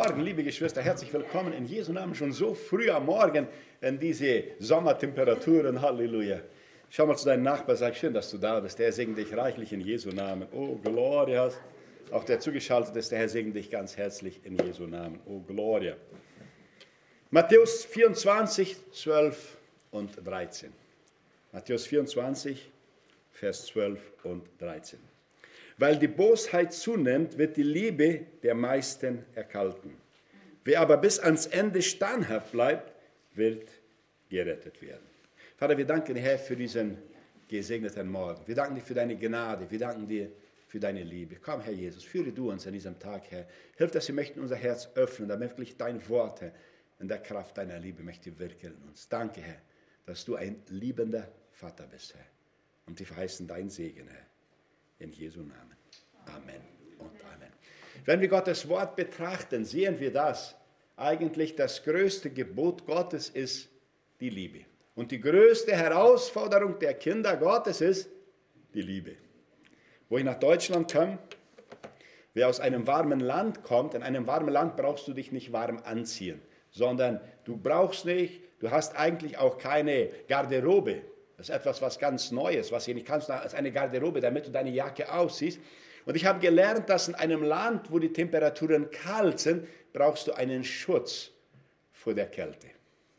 Morgen, liebe Geschwister, herzlich willkommen in Jesu Namen schon so früh am Morgen in diese Sommertemperaturen. Halleluja. Schau mal zu deinem Nachbarn, sag, schön, dass du da bist. Der segne dich reichlich in Jesu Namen. Oh, Gloria. Auch der zugeschaltet ist, der Herr segne dich ganz herzlich in Jesu Namen. Oh, Gloria. Matthäus 24, 12 und 13. Matthäus 24, Vers 12 und 13. Weil die Bosheit zunimmt, wird die Liebe der meisten erkalten. Wer aber bis ans Ende standhaft bleibt, wird gerettet werden. Vater, wir danken dir, Herr, für diesen gesegneten Morgen. Wir danken dir für deine Gnade. Wir danken dir für deine Liebe. Komm, Herr Jesus, führe du uns an diesem Tag, Herr. Hilf, dass wir möchten unser Herz öffnen, damit wirklich dein Wort, Herr, in der Kraft deiner Liebe möchte wirken in uns. Danke, Herr, dass du ein liebender Vater bist, Herr. Und wir verheißen deinen Segen, Herr. In Jesu Namen. Amen und Amen. Wenn wir Gottes Wort betrachten, sehen wir, dass eigentlich das größte Gebot Gottes ist die Liebe. Und die größte Herausforderung der Kinder Gottes ist die Liebe. Wo ich nach Deutschland kam, wer aus einem warmen Land kommt, in einem warmen Land brauchst du dich nicht warm anziehen, sondern du hast eigentlich auch keine Garderobe. Das ist etwas, was ganz Neues, was ihr nicht kannst, als eine Garderobe, damit du deine Jacke ausziehst. Und ich habe gelernt, dass in einem Land, wo die Temperaturen kalt sind, brauchst du einen Schutz vor der Kälte.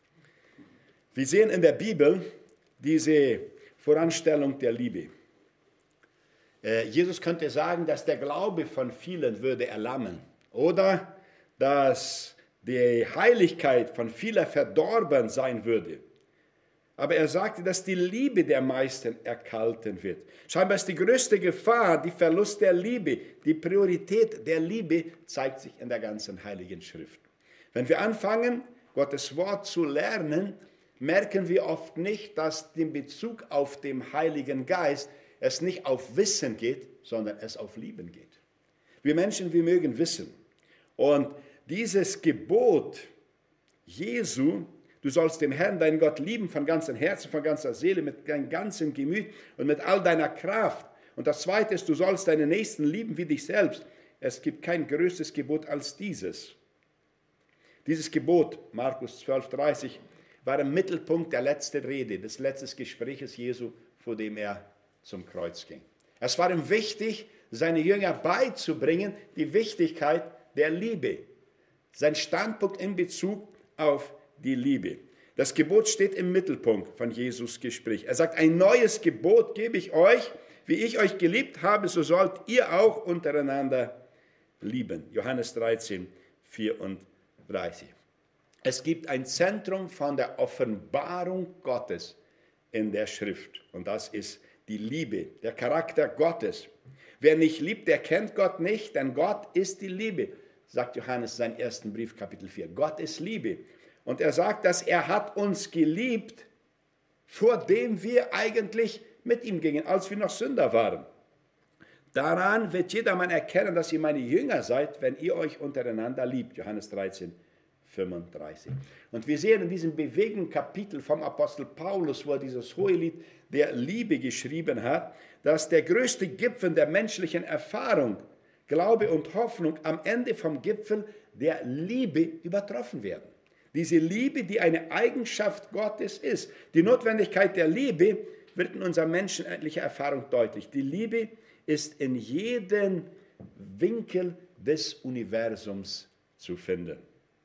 Wir sehen in der Bibel diese Voranstellung der Liebe. Jesus könnte sagen, dass der Glaube von vielen würde erlammen oder dass die Heiligkeit von vielen verdorben sein würde. Aber er sagte, dass die Liebe der meisten erkalten wird. Scheinbar ist die größte Gefahr die Verlust der Liebe. Die Priorität der Liebe zeigt sich in der ganzen Heiligen Schrift. Wenn wir anfangen, Gottes Wort zu lernen, merken wir oft nicht, dass in Bezug auf den Heiligen Geist es nicht auf Wissen geht, sondern es auf Lieben geht. Wir Menschen, wir mögen wissen. Und dieses Gebot Jesu, du sollst den Herrn, deinen Gott, lieben von ganzem Herzen, von ganzer Seele, mit deinem ganzen Gemüt und mit all deiner Kraft. Und das Zweite ist, du sollst deinen Nächsten lieben wie dich selbst. Es gibt kein größeres Gebot als dieses. Dieses Gebot, Markus 12,30, war im Mittelpunkt der letzten Rede, des letzten Gespräches Jesu, vor dem er zum Kreuz ging. Es war ihm wichtig, seine Jünger beizubringen, die Wichtigkeit der Liebe. Sein Standpunkt in Bezug auf die Liebe. Das Gebot steht im Mittelpunkt von Jesus Gespräch. Er sagt, ein neues Gebot gebe ich euch, wie ich euch geliebt habe, so sollt ihr auch untereinander lieben. Johannes 13, 34. Es gibt ein Zentrum von der Offenbarung Gottes in der Schrift. Und das ist die Liebe, der Charakter Gottes. Wer nicht liebt, der kennt Gott nicht, denn Gott ist die Liebe, sagt Johannes in seinem ersten Brief, Kapitel 4. Gott ist Liebe. Und er sagt, dass er hat uns geliebt, vor dem wir eigentlich mit ihm gingen, als wir noch Sünder waren. Daran wird jedermann erkennen, dass ihr meine Jünger seid, wenn ihr euch untereinander liebt. Johannes 13, 35. Und wir sehen in diesem bewegenden Kapitel vom Apostel Paulus, wo er dieses Hohelied der Liebe geschrieben hat, dass der größte Gipfel der menschlichen Erfahrung, Glaube und Hoffnung am Ende vom Gipfel der Liebe übertroffen werden. Diese Liebe, die eine Eigenschaft Gottes ist. Die Notwendigkeit der Liebe wird in unserer menschenähnlichen Erfahrung deutlich. Die Liebe ist in jedem Winkel des Universums zu finden.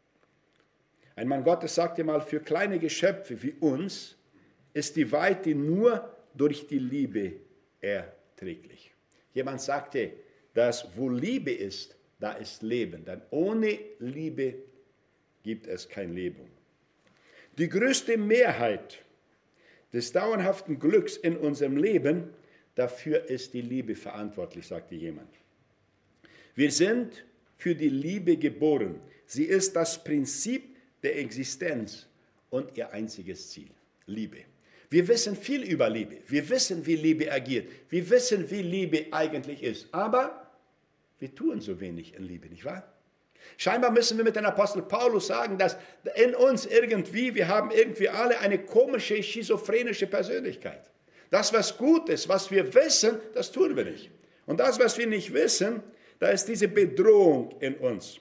Ein Mann Gottes sagte mal, für kleine Geschöpfe wie uns ist die Weite nur durch die Liebe erträglich. Jemand sagte, dass wo Liebe ist, da ist Leben. Denn ohne Liebe gibt es kein Leben. Die größte Mehrheit des dauerhaften Glücks in unserem Leben, dafür ist die Liebe verantwortlich, sagte jemand. Wir sind für die Liebe geboren. Sie ist das Prinzip der Existenz und ihr einziges Ziel, Liebe. Wir wissen viel über Liebe. Wir wissen, wie Liebe agiert. Wir wissen, wie Liebe eigentlich ist. Aber wir tun so wenig in Liebe, nicht wahr? Scheinbar müssen wir mit dem Apostel Paulus sagen, dass in uns wir haben irgendwie alle eine komische, schizophrenische Persönlichkeit. Das, was gut ist, was wir wissen, das tun wir nicht. Und das, was wir nicht wissen, da ist diese Bedrohung in uns.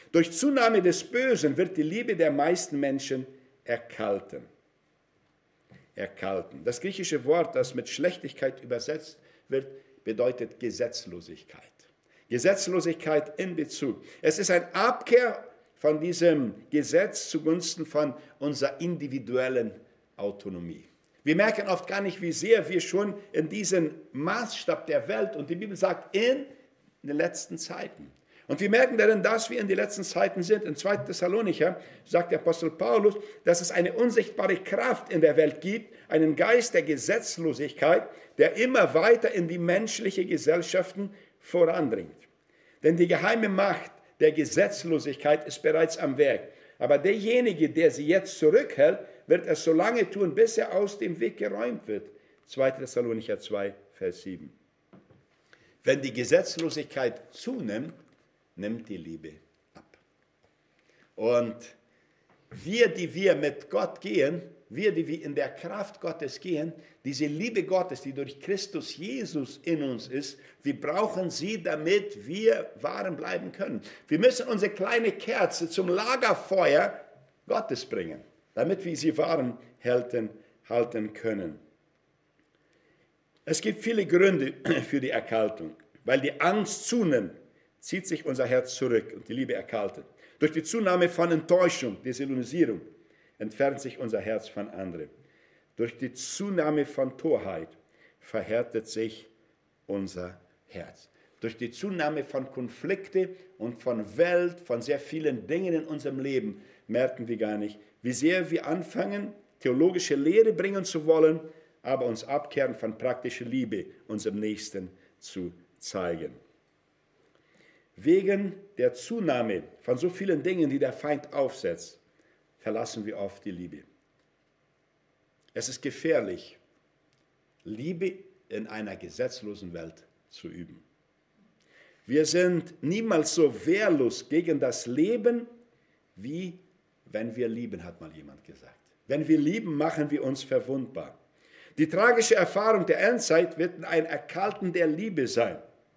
Durch Zunahme des Bösen wird die Liebe der meisten Menschen erkalten. Erkalten. Das griechische Wort, das mit Schlechtigkeit übersetzt wird, bedeutet Gesetzlosigkeit. Gesetzlosigkeit in Bezug. Es ist eine Abkehr von diesem Gesetz zugunsten von unserer individuellen Autonomie. Wir merken oft gar nicht, wie sehr wir schon in diesem Maßstab der Welt, und die Bibel sagt, in den letzten Zeiten. Und wir merken darin, dass wir in den letzten Zeiten sind. In 2. Thessalonicher sagt der Apostel Paulus, dass es eine unsichtbare Kraft in der Welt gibt, einen Geist der Gesetzlosigkeit, der immer weiter in die menschliche Gesellschaften vorandringt. Denn die geheime Macht der Gesetzlosigkeit ist bereits am Werk. Aber derjenige, der sie jetzt zurückhält, wird es so lange tun, bis er aus dem Weg geräumt wird. 2. Thessalonicher 2, Vers 7. Wenn die Gesetzlosigkeit zunimmt, nimmt die Liebe ab. Und wir, die wir mit Gott gehen, wir, die wir in der Kraft Gottes gehen, diese Liebe Gottes, die durch Christus Jesus in uns ist, wir brauchen sie, damit wir warm bleiben können. Wir müssen unsere kleine Kerze zum Lagerfeuer Gottes bringen, damit wir sie warm halten können. Es gibt viele Gründe für die Erkaltung, weil die Angst zunimmt, zieht sich unser Herz zurück und die Liebe erkaltet. Durch die Zunahme von Enttäuschung, Desillusionierung, entfernt sich unser Herz von anderen. Durch die Zunahme von Torheit verhärtet sich unser Herz. Durch die Zunahme von Konflikte und von Welt, von sehr vielen Dingen in unserem Leben, merken wir gar nicht, wie sehr wir anfangen, theologische Lehre bringen zu wollen, aber uns abkehren von praktischer Liebe unserem Nächsten zu zeigen. Wegen der Zunahme von so vielen Dingen, die der Feind aufsetzt, verlassen wir oft die Liebe. Es ist gefährlich, Liebe in einer gesetzlosen Welt zu üben. Wir sind niemals so wehrlos gegen das Leben, wie wenn wir lieben, hat mal jemand gesagt. Wenn wir lieben, machen wir uns verwundbar. Die tragische Erfahrung der Endzeit wird ein Erkalten der Liebe sein.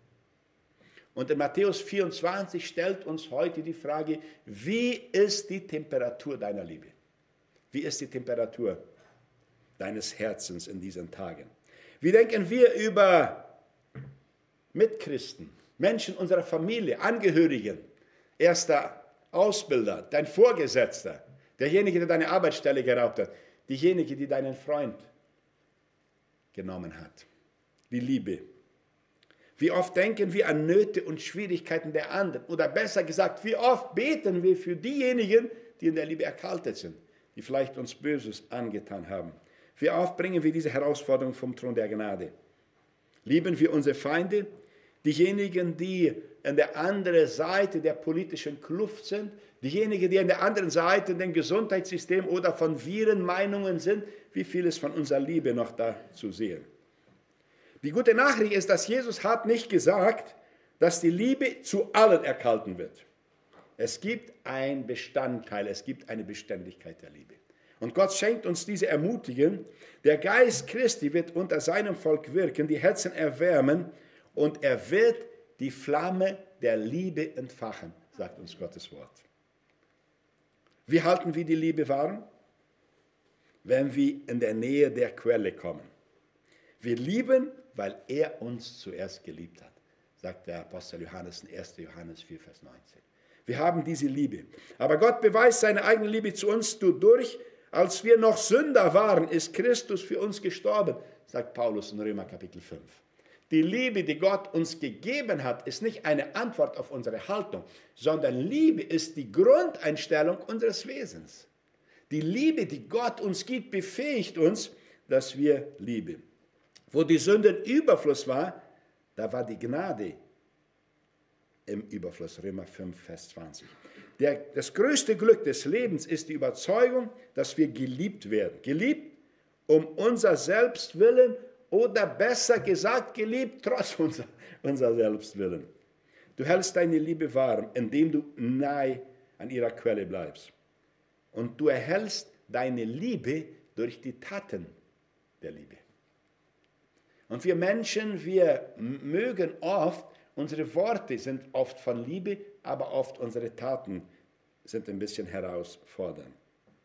Und in Matthäus 24 stellt uns heute die Frage, wie ist die Temperatur deiner Liebe? Wie ist die Temperatur deines Herzens in diesen Tagen? Wie denken wir über Mitchristen, Menschen unserer Familie, Angehörigen, erster Ausbilder, dein Vorgesetzter, derjenige, der deine Arbeitsstelle geraubt hat, diejenige, die deinen Freund genommen hat? Die Liebe. Wie oft denken wir an Nöte und Schwierigkeiten der anderen? Oder besser gesagt, wie oft beten wir für diejenigen, die in der Liebe erkaltet sind, die vielleicht uns Böses angetan haben? Wie oft bringen wir diese Herausforderung vom Thron der Gnade? Lieben wir unsere Feinde, diejenigen, die an der anderen Seite der politischen Kluft sind, diejenigen, die an der anderen Seite dem Gesundheitssystem oder von Virenmeinungen sind? Wie viel ist von unserer Liebe noch da zu sehen? Die gute Nachricht ist, dass Jesus hat nicht gesagt, dass die Liebe zu allen erkalten wird. Es gibt ein Bestandteil, es gibt eine Beständigkeit der Liebe. Und Gott schenkt uns diese Ermutigung. Der Geist Christi wird unter seinem Volk wirken, die Herzen erwärmen und er wird die Flamme der Liebe entfachen, sagt uns Gottes Wort. Wie halten wir die Liebe warm? Wenn wir in der Nähe der Quelle kommen. Wir lieben, weil er uns zuerst geliebt hat, sagt der Apostel Johannes in 1. Johannes 4, Vers 19. Wir haben diese Liebe. Aber Gott beweist seine eigene Liebe zu uns dadurch, als wir noch Sünder waren, ist Christus für uns gestorben, sagt Paulus in Römer Kapitel 5. Die Liebe, die Gott uns gegeben hat, ist nicht eine Antwort auf unsere Haltung, sondern Liebe ist die Grundeinstellung unseres Wesens. Die Liebe, die Gott uns gibt, befähigt uns, dass wir lieben. Wo die Sünde im Überfluss war, da war die Gnade im Überfluss. Römer 5, Vers 20. Das größte Glück des Lebens ist die Überzeugung, dass wir geliebt werden. Geliebt um unser Selbstwillen oder besser gesagt, geliebt trotz unser Selbstwillen. Du hältst deine Liebe warm, indem du nahe an ihrer Quelle bleibst. Und du erhältst deine Liebe durch die Taten der Liebe. Und wir Menschen, wir mögen oft, unsere Worte sind oft von Liebe, aber oft unsere Taten sind ein bisschen herausfordernd.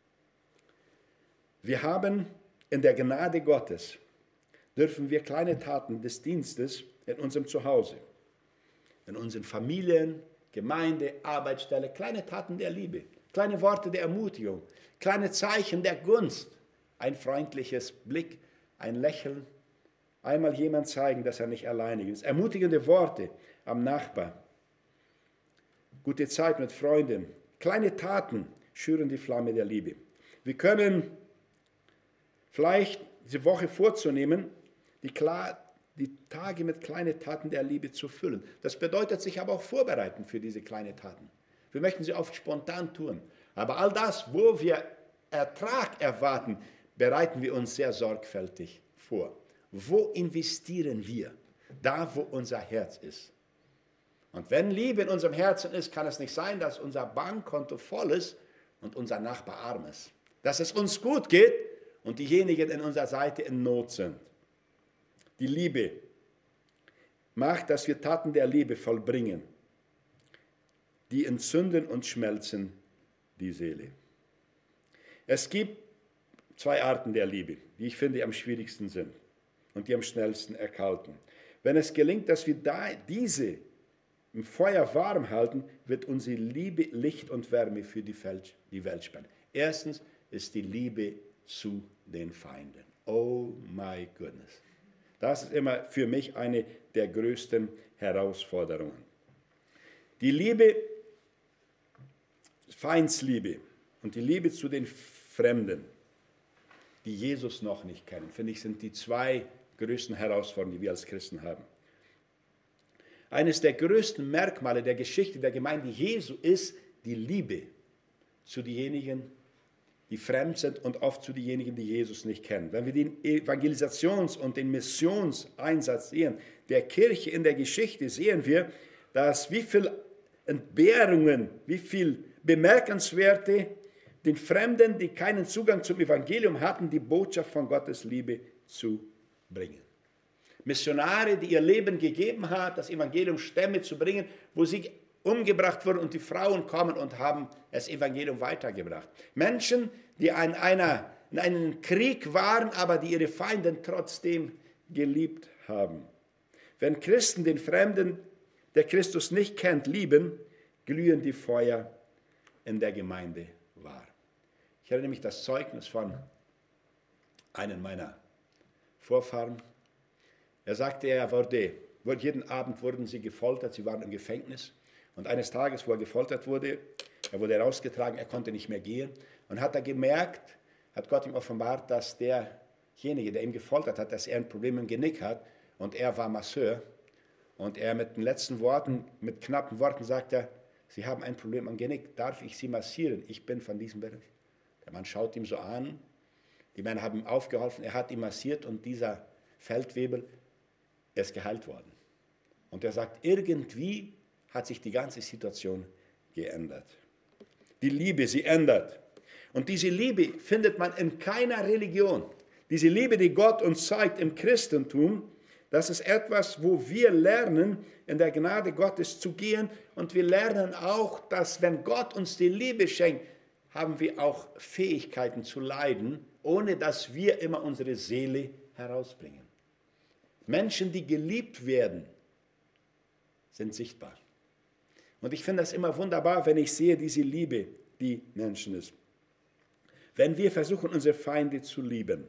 Wir haben in der Gnade Gottes, dürfen wir kleine Taten des Dienstes in unserem Zuhause, in unseren Familien, Gemeinde, Arbeitsstelle, kleine Taten der Liebe, kleine Worte der Ermutigung, kleine Zeichen der Gunst, ein freundliches Blick, ein Lächeln, einmal jemand zeigen, dass er nicht alleinig ist, ermutigende Worte am Nachbar, gute Zeit mit Freunden, kleine Taten schüren die Flamme der Liebe. Wir können vielleicht diese Woche vorzunehmen, die Tage mit kleinen Taten der Liebe zu füllen. Das bedeutet sich aber auch vorbereiten für diese kleinen Taten. Wir möchten sie oft spontan tun. Aber all das, wo wir Ertrag erwarten, bereiten wir uns sehr sorgfältig vor. Wo investieren wir? Da, wo unser Herz ist. Und wenn Liebe in unserem Herzen ist, kann es nicht sein, dass unser Bankkonto voll ist und unser Nachbar arm ist. Dass es uns gut geht und diejenigen an unserer Seite in Not sind. Die Liebe macht, dass wir Taten der Liebe vollbringen. Die entzünden und schmelzen die Seele. Es gibt zwei Arten der Liebe, die ich finde am schwierigsten sind und die am schnellsten erkalten. Wenn es gelingt, dass wir diese im Feuer warm halten, wird unsere Liebe Licht und Wärme für die Welt spenden. Erstens ist die Liebe zu den Feinden. Oh my goodness. Das ist immer für mich eine der größten Herausforderungen. Die Liebe, Feindsliebe und die Liebe zu den Fremden, die Jesus noch nicht kennen, finde ich, sind die zwei größten Herausforderungen, die wir als Christen haben. Eines der größten Merkmale der Geschichte der Gemeinde Jesu ist die Liebe zu denjenigen, die fremd sind und oft zu denjenigen, die Jesus nicht kennen. Wenn wir den Evangelisations- und den Missionseinsatz sehen, der Kirche in der Geschichte, sehen wir, dass wie viel Entbehrungen, wie viel Bemerkenswerte den Fremden, die keinen Zugang zum Evangelium hatten, die Botschaft von Gottes Liebe zu bringen. Missionare, die ihr Leben gegeben haben, das Evangelium Stämme zu bringen, wo sie umgebracht wurden und die Frauen kommen und haben das Evangelium weitergebracht. Menschen, die in einem Krieg waren, aber die ihre Feinde trotzdem geliebt haben. Wenn Christen den Fremden, der Christus nicht kennt, lieben, glühen die Feuer in der Gemeinde wahr. Ich erinnere mich das Zeugnis von einem meiner Vorfahren. Er sagte, jeden Abend wurden sie gefoltert, sie waren im Gefängnis. Und eines Tages, wo er gefoltert wurde, er wurde herausgetragen, er konnte nicht mehr gehen. Und hat er gemerkt, hat Gott ihm offenbart, dass derjenige, der ihn gefoltert hat, dass er ein Problem im Genick hat. Und er war Masseur. Und er mit den letzten Worten, mit knappen Worten sagt er, Sie haben ein Problem am Genick, darf ich Sie massieren? Ich bin von diesem Beruf. Der Mann schaut ihm so an, die Männer haben ihm aufgeholfen, er hat ihn massiert und dieser Feldwebel ist geheilt worden. Und er sagt, irgendwie hat sich die ganze Situation geändert. Die Liebe, sie ändert. Und diese Liebe findet man in keiner Religion. Diese Liebe, die Gott uns zeigt im Christentum, das ist etwas, wo wir lernen, in der Gnade Gottes zu gehen. Und wir lernen auch, dass wenn Gott uns die Liebe schenkt, haben wir auch Fähigkeiten zu leiden, ohne dass wir immer unsere Seele herausbringen. Menschen, die geliebt werden, sind sichtbar. Und ich finde das immer wunderbar, wenn ich sehe, diese Liebe, die Menschen ist. Wenn wir versuchen, unsere Feinde zu lieben,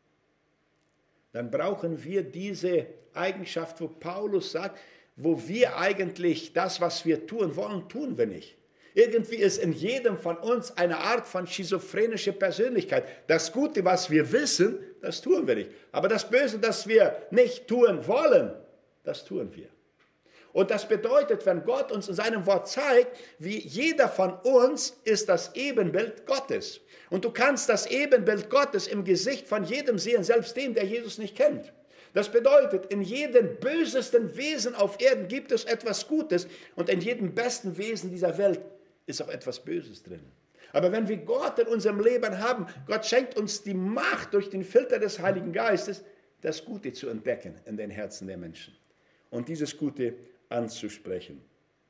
dann brauchen wir diese Eigenschaft, wo Paulus sagt, wo wir eigentlich das, was wir tun wollen, tun wir nicht. Irgendwie ist in jedem von uns eine Art von schizophrenischer Persönlichkeit. Das Gute, was wir wissen, das tun wir nicht. Aber das Böse, das wir nicht tun wollen, das tun wir. Und das bedeutet, wenn Gott uns in seinem Wort zeigt, wie jeder von uns ist das Ebenbild Gottes. Und du kannst das Ebenbild Gottes im Gesicht von jedem sehen, selbst dem, der Jesus nicht kennt. Das bedeutet, in jedem bösesten Wesen auf Erden gibt es etwas Gutes und in jedem besten Wesen dieser Welt ist auch etwas Böses drin. Aber wenn wir Gott in unserem Leben haben, Gott schenkt uns die Macht durch den Filter des Heiligen Geistes, das Gute zu entdecken in den Herzen der Menschen und dieses Gute anzusprechen.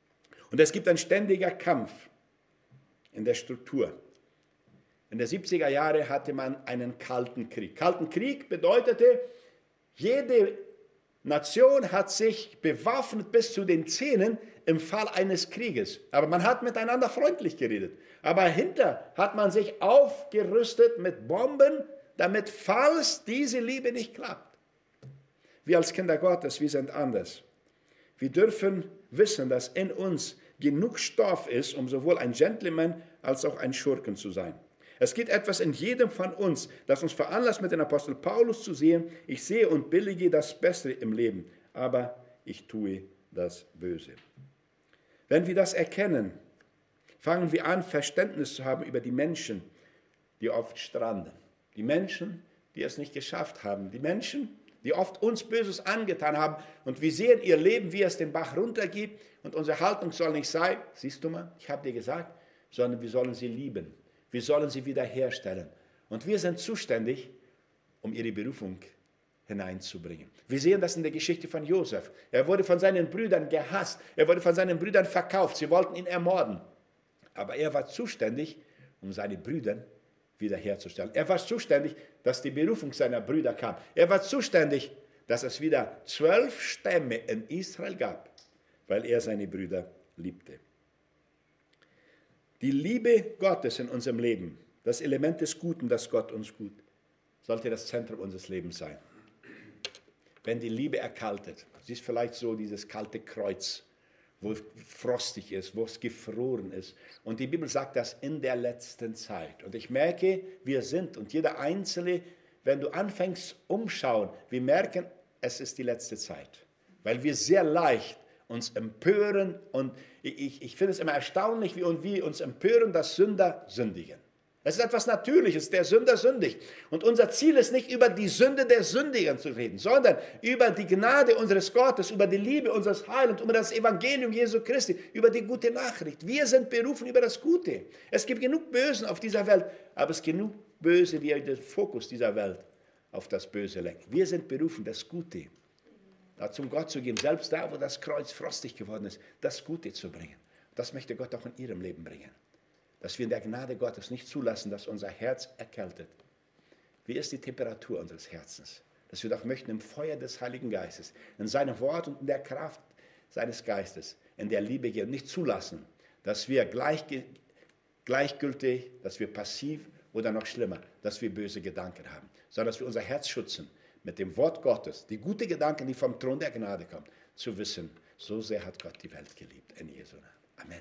Und es gibt einen ständigen Kampf in der Struktur. In der 70er Jahre hatte man einen Kalten Krieg. Kalten Krieg bedeutete, jede Nation hat sich bewaffnet bis zu den Zähnen im Fall eines Krieges. Aber man hat miteinander freundlich geredet. Aber dahinter hat man sich aufgerüstet mit Bomben, damit, falls diese Liebe nicht klappt. Wir als Kinder Gottes, wir sind anders. Wir dürfen wissen, dass in uns genug Stoff ist, um sowohl ein Gentleman als auch ein Schurken zu sein. Es gibt etwas in jedem von uns, das uns veranlasst, mit dem Apostel Paulus zu sehen: Ich sehe und billige das Bessere im Leben, aber ich tue das Böse. Wenn wir das erkennen, fangen wir an, Verständnis zu haben über die Menschen, die oft stranden. Die Menschen, die es nicht geschafft haben. Die Menschen, die oft uns Böses angetan haben. Und wir sehen ihr Leben, wie es den Bach runtergeht. Und unsere Haltung soll nicht sein, siehst du mal, ich habe dir gesagt, sondern wir sollen sie lieben. Wir sollen sie wiederherstellen. Und wir sind zuständig, um ihre Berufung hineinzubringen. Wir sehen das in der Geschichte von Josef. Er wurde von seinen Brüdern gehasst. Er wurde von seinen Brüdern verkauft. Sie wollten ihn ermorden. Aber er war zuständig, um seine Brüder wiederherzustellen. Er war zuständig, dass die Berufung seiner Brüder kam. Er war zuständig, dass es wieder 12 Stämme in Israel gab, weil er seine Brüder liebte. Die Liebe Gottes in unserem Leben, das Element des Guten, das Gott uns tut, sollte das Zentrum unseres Lebens sein. Wenn die Liebe erkaltet, sie ist vielleicht so dieses kalte Kreuz, wo es frostig ist, wo es gefroren ist. Und die Bibel sagt das in der letzten Zeit. Und ich merke, wir sind, und jeder Einzelne, wenn du anfängst umschauen, wir merken, es ist die letzte Zeit. Weil wir sehr leicht uns empören, und ich finde es immer erstaunlich, wie wir uns empören, dass Sünder sündigen. Es ist etwas Natürliches, der Sünder sündigt. Und unser Ziel ist nicht, über die Sünde der Sündiger zu reden, sondern über die Gnade unseres Gottes, über die Liebe unseres Heilands, über das Evangelium Jesu Christi, über die gute Nachricht. Wir sind berufen über das Gute. Es gibt genug Bösen auf dieser Welt, aber es gibt genug Böse, die den Fokus dieser Welt auf das Böse lenken. Wir sind berufen, das Gute zum Gott zu geben, selbst da, wo das Kreuz frostig geworden ist, das Gute zu bringen. Das möchte Gott auch in ihrem Leben bringen. Dass wir in der Gnade Gottes nicht zulassen, dass unser Herz erkältet. Wie ist die Temperatur unseres Herzens? Dass wir doch möchten im Feuer des Heiligen Geistes, in seinem Wort und in der Kraft seines Geistes, in der Liebe gehen, nicht zulassen, dass wir gleichgültig, dass wir passiv oder noch schlimmer, dass wir böse Gedanken haben, sondern dass wir unser Herz schützen mit dem Wort Gottes, die guten Gedanken, die vom Thron der Gnade kommen, zu wissen, so sehr hat Gott die Welt geliebt. In Jesu Namen. Amen.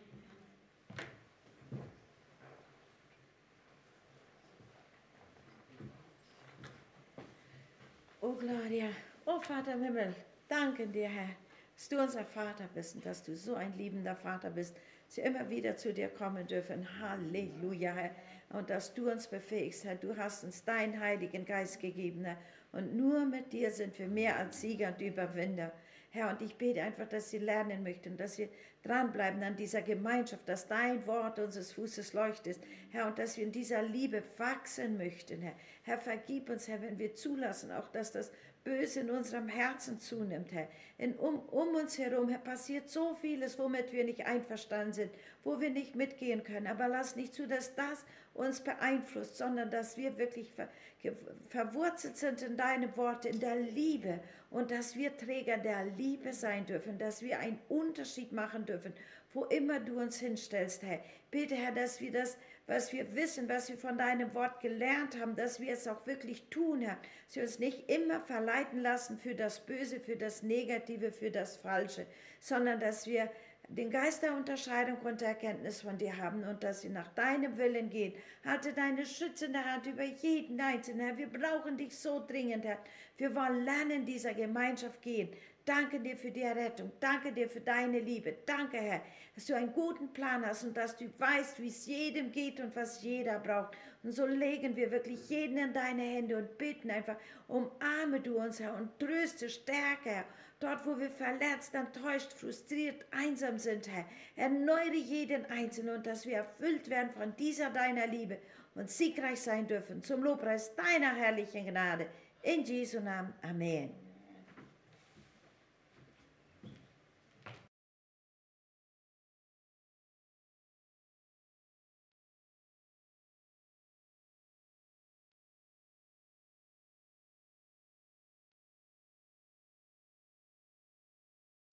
Oh Gloria, oh Vater im Himmel, danke dir, Herr, dass du unser Vater bist und dass du so ein liebender Vater bist, dass wir immer wieder zu dir kommen dürfen. Halleluja, Herr. Und dass du uns befähigst, Herr. Du hast uns deinen Heiligen Geist gegeben, Herr. Und nur mit dir sind wir mehr als Sieger und Überwinder. Herr, und ich bete einfach, dass sie lernen möchten, dass wir dranbleiben an dieser Gemeinschaft, dass dein Wort unseres Fußes leuchtet, Herr, und dass wir in dieser Liebe wachsen möchten, Herr. Herr, vergib uns, Herr, wenn wir zulassen, auch dass das Böse in unserem Herzen zunimmt, Herr. Um uns herum, Herr, passiert so vieles, womit wir nicht einverstanden sind, wo wir nicht mitgehen können. Aber lass nicht zu, dass das uns beeinflusst, sondern dass wir wirklich verwurzelt sind in deinem Wort, in der Liebe, und dass wir Träger der Liebe sein dürfen, dass wir einen Unterschied machen dürfen, wo immer du uns hinstellst, Herr. Bitte, Herr, dass wir das, was wir wissen, was wir von deinem Wort gelernt haben, dass wir es auch wirklich tun, Herr. Dass wir uns nicht immer verleiten lassen für das Böse, für das Negative, für das Falsche, sondern dass wir den Geist der Unterscheidung und der Erkenntnis von dir haben und dass wir nach deinem Willen gehen. Halte deine schützende Hand über jeden Einzelnen, Herr. Wir brauchen dich so dringend, Herr. Wir wollen lernen, in dieser Gemeinschaft gehen. Danke dir für die Errettung. Danke dir für deine Liebe. Danke, Herr, dass du einen guten Plan hast und dass du weißt, wie es jedem geht und was jeder braucht. Und so legen wir wirklich jeden in deine Hände und bitten einfach, umarme du uns, Herr, und tröste, stärke, Herr. Dort, wo wir verletzt, enttäuscht, frustriert, einsam sind, Herr, erneuere jeden Einzelnen und dass wir erfüllt werden von dieser deiner Liebe und siegreich sein dürfen zum Lobpreis deiner herrlichen Gnade. In Jesu Namen. Amen.